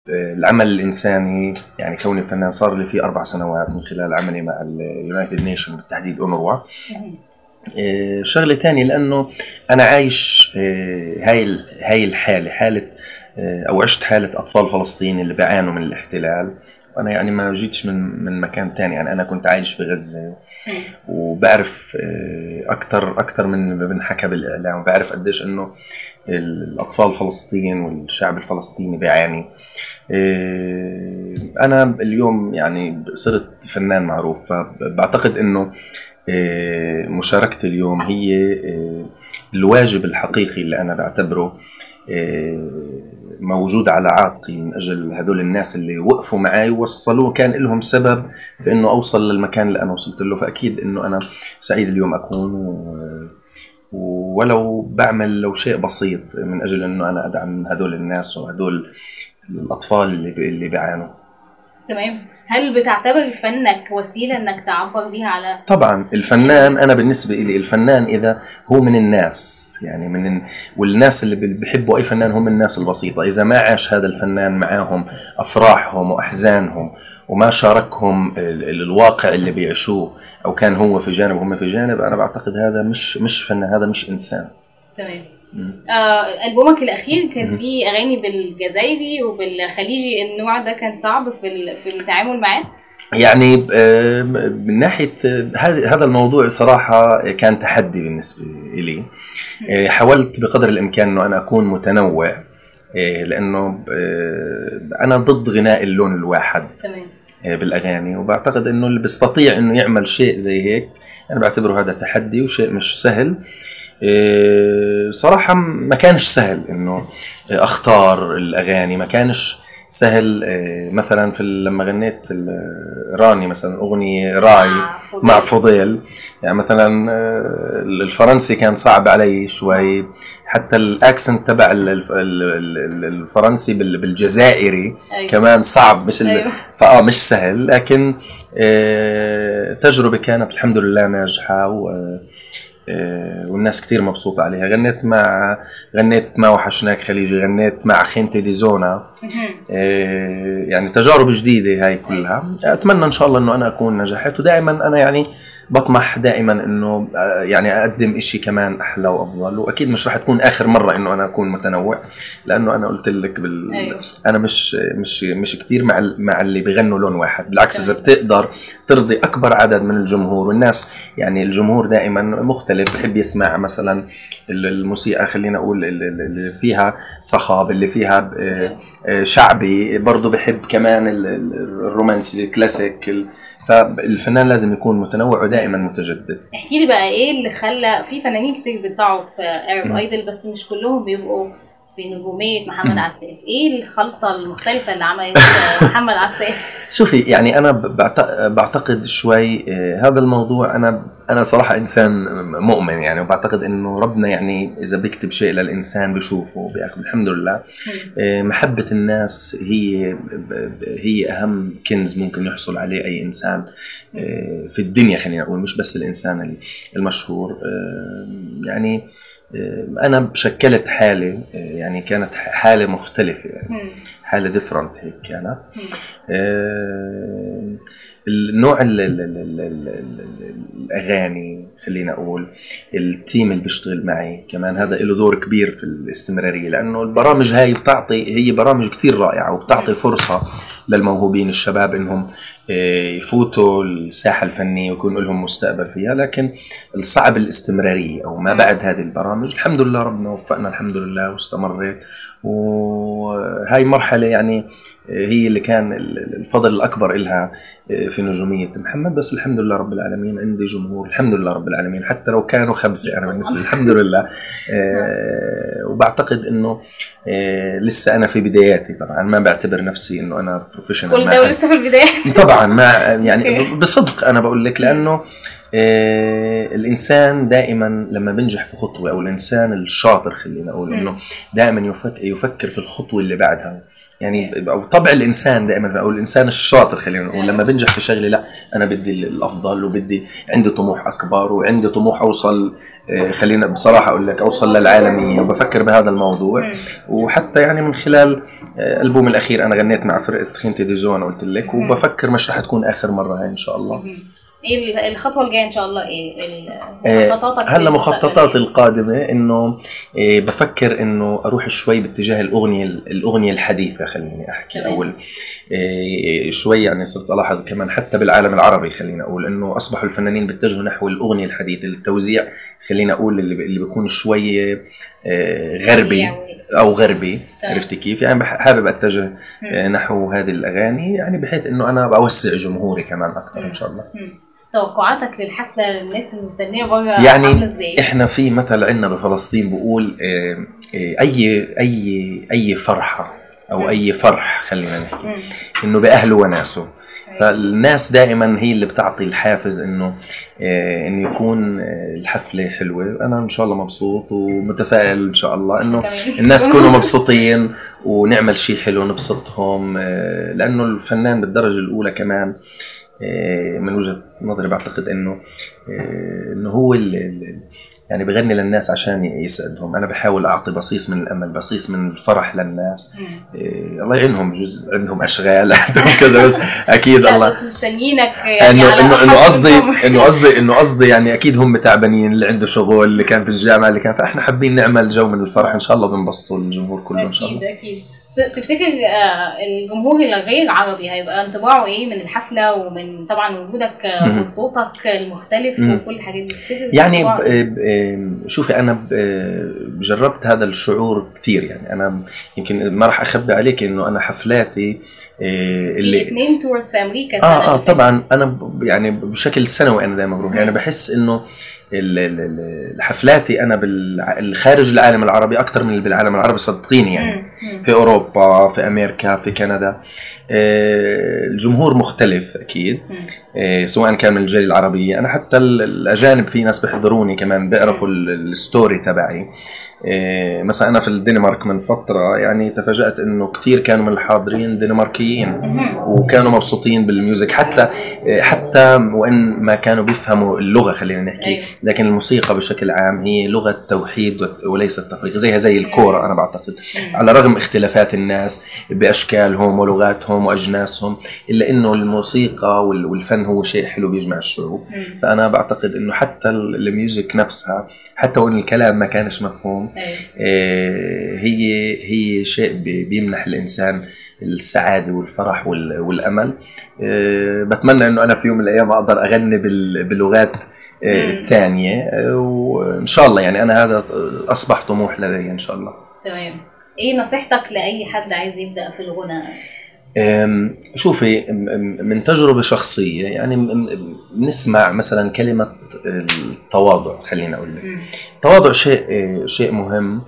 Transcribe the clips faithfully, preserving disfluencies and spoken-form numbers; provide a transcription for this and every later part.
العمل الإنساني، يعني كوني فنان صار لي فيه أربع سنوات من خلال عملي مع اليونايتد نيشن بالتحديد أونروا. شغلة تانية لأنه أنا عايش هاي هاي الحالة حالة أو عشت حالة أطفال فلسطين اللي بيعانوا من الاحتلال. وأنا يعني ما جيتش من من مكان تاني، يعني أنا كنت عايش بغزة وبعرف أكتر أكتر من بنحكى بالإعلام، وبعرف قديش إنه الأطفال فلسطين والشعب الفلسطيني بيعاني. أنا اليوم يعني صرت فنان معروف، فبعتقد إنه مشاركتي اليوم هي الواجب الحقيقي اللي أنا بعتبره موجود على عاتقي من أجل هذول الناس اللي وقفوا معي ووصلوه، كان لهم سبب في إنه أوصل للمكان اللي أنا وصلت له. فأكيد إنه أنا سعيد اليوم أكون، ولو بعمل لو شيء بسيط من أجل إنه أنا أدعم هذول الناس وهذول الأطفال اللي اللي بيعانوا. تمام. هل بتعتبر فنك وسيلة انك تعبر بيها على؟ طبعا الفنان، انا بالنسبة لي الفنان اذا هو من الناس، يعني من والناس اللي بيحبوا اي فنان هم الناس البسيطة. اذا ما عاش هذا الفنان معاهم افراحهم واحزانهم وما شاركهم الواقع اللي بيعيشوه، او كان هو في جانب وهم في جانب، انا بعتقد هذا مش مش فنان، هذا مش انسان. تمام. آه، ألبومك الأخير كان فيه أغاني بالجزائري وبالخليجي، النوع ده كان صعب في في التعامل معاه؟ يعني من ناحية هذا الموضوع صراحة كان تحدي بالنسبة لي. حاولت بقدر الإمكان أنه أنا أكون متنوع، لأنه أنا ضد غناء اللون الواحد. تمام. بالأغاني، وبعتقد أنه اللي بيستطيع أنه يعمل شيء زي هيك أنا بعتبره هذا تحدي وشيء مش سهل. صراحة ما كانش سهل انه اختار الاغاني، ما كانش سهل. مثلا في لما غنيت راني مثلا اغنية راعي مع فضيل، يعني مثلا الفرنسي كان صعب علي شوي، حتى الاكسنت تبع الفرنسي بالجزائري أيوة. كمان صعب، مش أيوة. فاه مش سهل، لكن تجربة كانت الحمد لله ناجحة و والناس كتير مبسوطة عليها. غنيت مع غنيت مع وحشناك خليجي، غنيت مع خينتي دي زونا، يعني تجارب جديدة هاي كلها. أتمنى إن شاء الله إنه أنا أكون نجحت، ودائما أنا يعني بطمح دائما إنه يعني أقدم إشي كمان أحلى وأفضل، وأكيد مش راح تكون آخر مرة إنه أنا أكون متنوع، لأنه أنا قلت لك بال... أيوه. أنا مش مش مش كتير مع ال... مع اللي بيغنوا لون واحد. بالعكس، إذا بتقدر ترضي أكبر عدد من الجمهور، والناس يعني الجمهور دائما مختلف، بحب يسمع مثلا الموسيقى خلينا أقول اللي فيها صخب، اللي فيها شعبي، برضو بحب كمان الرومانسي الكلاسيك. فالفنان لازم يكون متنوع ودائما متجدد. احكي لي بقى ايه اللي خلى في فنانين كتير بيطلعوا في ارب ايدل بس مش كلهم بيبقوا في نجومية محمد عساف؟ ايه الخلطة المختلفة اللي عملت محمد عساف؟ شوفي، يعني انا بعتقد شوي هذا الموضوع، انا انا صراحة انسان مؤمن يعني، وبعتقد انه ربنا يعني اذا بيكتب شيء للانسان بيشوفه بياخذ. الحمد لله. محبة الناس هي هي اهم كنز ممكن يحصل عليه اي انسان في الدنيا، خلينا نقول مش بس الانسان المشهور. يعني أنا شكلت حالة، يعني كانت حالة مختلفة، يعني حالة ديفرنت هيك كانت. النوع ال ال ال ال الأغاني، خلينا أقول التيم اللي بيشتغل معي كمان هذا له دور كبير في الاستمرارية، لأنه البرامج هاي بتعطي، هي برامج كتير رائعة وبتعطي فرصة للموهوبين الشباب إنهم يفوتوا الساحة الفنية ويكون لهم مستقبل فيها. لكن الصعب الاستمرارية أو ما بعد هذه البرامج. الحمد لله ربنا وفقنا الحمد لله واستمريت، وهاي مرحلة يعني هي اللي كان الفضل الأكبر إلها في نجومية محمد. بس الحمد لله رب العالمين عندي جمهور الحمد لله رب العالمين، حتى لو كانوا خمسة أنا بالنسبة الحمد لله. وبعتقد إنه لسه أنا في بداياتي، طبعا ما بعتبر نفسي إنه أنا بروفيشنال، كل ده لسه في البدايات طبعا ما يعني بصدق أنا بقول لك، لأنه آه الإنسان دائما لما بنجح في خطوة، أو الإنسان الشاطر خلينا أقول إنه دائما يفكر, يفكر في الخطوة اللي بعدها، يعني او طبع الانسان دائما او الانسان الشاطر خلينا نقول لما بنجح في شغله لا انا بدي الافضل وبدي عندي طموح اكبر وعندي طموح اوصل خلينا بصراحه اقول لك اوصل للعالميه وبفكر بهذا الموضوع. وحتى يعني من خلال البوم الاخير انا غنيت مع فرقه خينتي دي زون قلت لك وبفكر مش رح تكون اخر مره هاي ان شاء الله. ايه الخطوه الجايه ان شاء الله؟ ايه مخططاتك؟ هلا مخططاتي القادمه انه إيه بفكر انه اروح شوي باتجاه الاغنيه الاغنيه الحديثه خليني احكي اول إيه شوي. يعني صرت الاحظ كمان حتى بالعالم العربي خلينا اقول انه اصبحوا الفنانين بيتجهوا نحو الاغنيه الحديثه. التوزيع خلينا اقول اللي اللي بيكون شوي إيه غربي او غربي، عرفتي كيف؟ يعني حابب اتجه إيه نحو هذه الاغاني يعني بحيث انه انا بوسع جمهوري كمان اكثر ان شاء الله. توقعاتك للحفله الناس المستنيه بره يعني عامله ازاي؟ احنا في مثل عندنا بفلسطين بقول اي اي اي فرحه او اي فرح خلينا نحكي انه باهله وناسه. فالناس دائما هي اللي بتعطي الحافز انه انه يكون الحفله حلوه. انا ان شاء الله مبسوط ومتفائل ان شاء الله انه الناس يكونوا مبسوطين ونعمل شيء حلو نبسطهم، لانه الفنان بالدرجه الاولى كمان من وجهة نظري بعتقد انه انه هو اللي يعني بغني للناس عشان يسعدهم. انا بحاول اعطي بصيص من الامل، بصيص من الفرح للناس. إيه الله يعينهم، جزء عندهم اشغال عندهم كذا، بس اكيد الله بس مستنيينك يعني انه انه انه قصدي انه قصدي انه قصدي يعني اكيد هم تعبانين، اللي عنده شغل، اللي كان في الجامعه، اللي كان، فاحنا حابين نعمل جو من الفرح ان شاء الله بنبسطوا الجمهور كله ان شاء الله. اكيد اكيد. تفتكر الجمهور الغير عربي هيبقى انطباعه ايه من الحفله ومن طبعا وجودك وصوتك المختلف وكل الحاجات دي؟ يعني شوفي انا جربت هذا الشعور كتير. يعني انا يمكن ما راح اخبي عليك انه انا حفلاتي اللي في اثنين تورز في امريكا اه اه طبعا انا يعني بشكل سنوي انا دائما بروح. يعني بحس انه الحفلاتي انا بالخارج العالم العربي اكثر من بالعالم العربي صدقيني. يعني في اوروبا، في امريكا، في كندا الجمهور مختلف اكيد، سواء كان من الجاليه العربيه. انا حتى الاجانب في ناس بيحضروني كمان بيعرفوا الستوري تبعي. إيه مثلا أنا في الدنمارك من فترة يعني تفاجأت إنه كتير كانوا من الحاضرين دنماركيين وكانوا مبسوطين بالميوزك، حتى حتى وإن ما كانوا بيفهموا اللغة خلينا نحكي، لكن الموسيقى بشكل عام هي لغة توحيد وليس تفريق، زيها زي الكورة أنا بعتقد. على رغم اختلافات الناس بأشكالهم ولغاتهم وأجناسهم، إلا إنه الموسيقى والفن هو شيء حلو بيجمع الشعوب. فأنا بعتقد إنه حتى الميوزك نفسها حتى وإن الكلام ما كانش مفهوم آه هي هي شيء بيمنح الإنسان السعادة والفرح والأمل. آه بتمنى إنه أنا في يوم من الأيام أقدر أغني باللغات آه الثانية، آه وإن شاء الله يعني أنا هذا أصبح طموح لدي إن شاء الله. تمام. إيه نصيحتك لأي حد عايز يبدأ في الغنى؟ شوفي من تجربة شخصية يعني بنسمع مثلا كلمة التواضع، خلينا أقول لك التواضع شيء شيء مهم،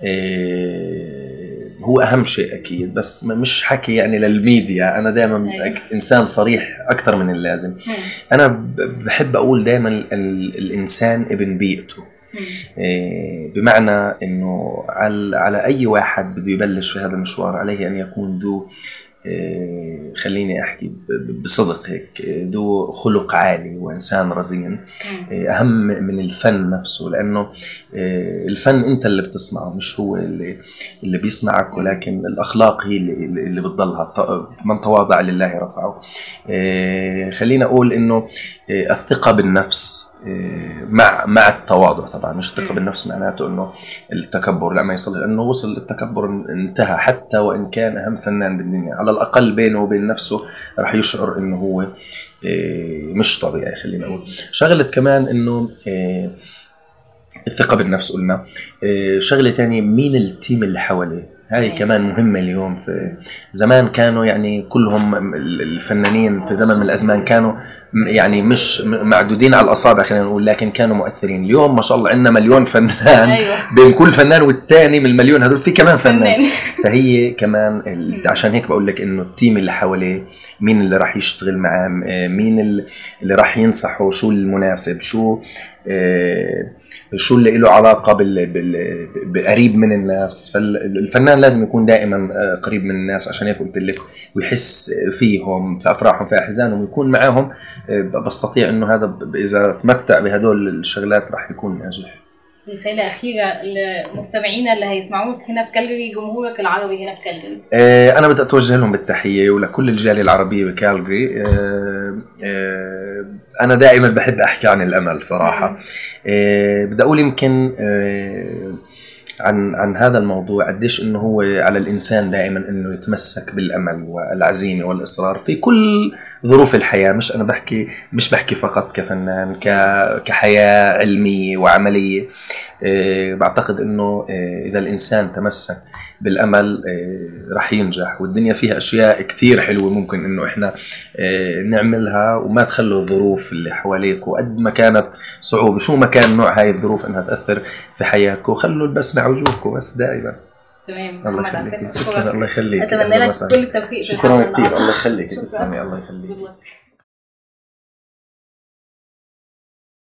هو أهم شيء أكيد، بس مش حكي يعني للميديا. أنا دائما إنسان صريح أكثر من اللازم. أنا بحب أقول دائما الإنسان ابن بيئته، بمعنى إنه على أي واحد بده يبلش في هذا المشوار عليه أن يكون ذو خليني أحكي بصدق هيك ذو خلق عالي وإنسان رزين، أهم من الفن نفسه، لأنه الفن أنت اللي بتصنعه مش هو اللي اللي بيصنعك، ولكن الأخلاق هي اللي, اللي بتضلها. من تواضع لله رفعه. خلينا أقول إنه الثقة بالنفس مع مع التواضع. طبعا مش الثقة بالنفس معناته إنه التكبر، لا ما يصل، لأنه وصل التكبر انتهى. حتى وإن كان أهم فنان بالدنيا على الأقل بينه وبين نفسه راح يشعر إنه هو مش طبيعي. خلينا أقول شغلة كمان إنه الثقة بالنفس قلنا. شغلة تانية مين التيم اللي حواليه، هاي كمان مهمة اليوم. في زمان كانوا يعني كلهم الفنانين في زمن من الأزمان كانوا يعني مش معدودين على الأصابع خلينا نقول، لكن كانوا مؤثرين. اليوم ما شاء الله عندنا مليون فنان. أيوة. بين كل فنان والتاني من المليون هذول في كمان فنان. فهي كمان عشان هيك بقول لك إنه التيم اللي حواليه مين اللي راح يشتغل معاه، مين اللي راح ينصحه، شو المناسب، شو شو اللي له علاقة بال... بال... بقريب من الناس. فالفنان لازم يكون دائما قريب من الناس، عشان هيك قلت لك، ويحس فيهم في أفراحهم في أحزانهم ويكون معاهم. بستطيع إنه هذا إذا تمتع بهدول الشغلات راح يكون ناجح. رسالة أخيرة لمستمعينا اللي هيسمعوك هنا في كالجري، جمهورك العربي هنا في كالجري. آه أنا بدي أتوجه لهم بالتحية ولكل الجالية العربية بكالجري. آه آه أنا دائما بحب أحكي عن الأمل صراحة. آه بدي أقول يمكن آه عن عن هذا الموضوع قديش إنه هو على الإنسان دائما إنه يتمسك بالأمل والعزيمة والإصرار في كل ظروف الحياة. مش أنا بحكي مش بحكي فقط كفنان، كحياة علمية وعملية. أه بعتقد إنه أه إذا الإنسان تمسك بالأمل أه رح ينجح، والدنيا فيها أشياء كتير حلوة ممكن إنه إحنا أه نعملها، وما تخلوا الظروف اللي حواليك وقد ما كانت صعوبة شو ما كان نوع هاي الظروف إنها تأثر في حياتك، وخلوا البسمة على وجوهكم بس دائما. تمام. الله يخليك. تسلم. الله يخليك. أتمنى لك كل التوفيق. شكرا كثير. الله يخليك. تسلمي. الله يخليك.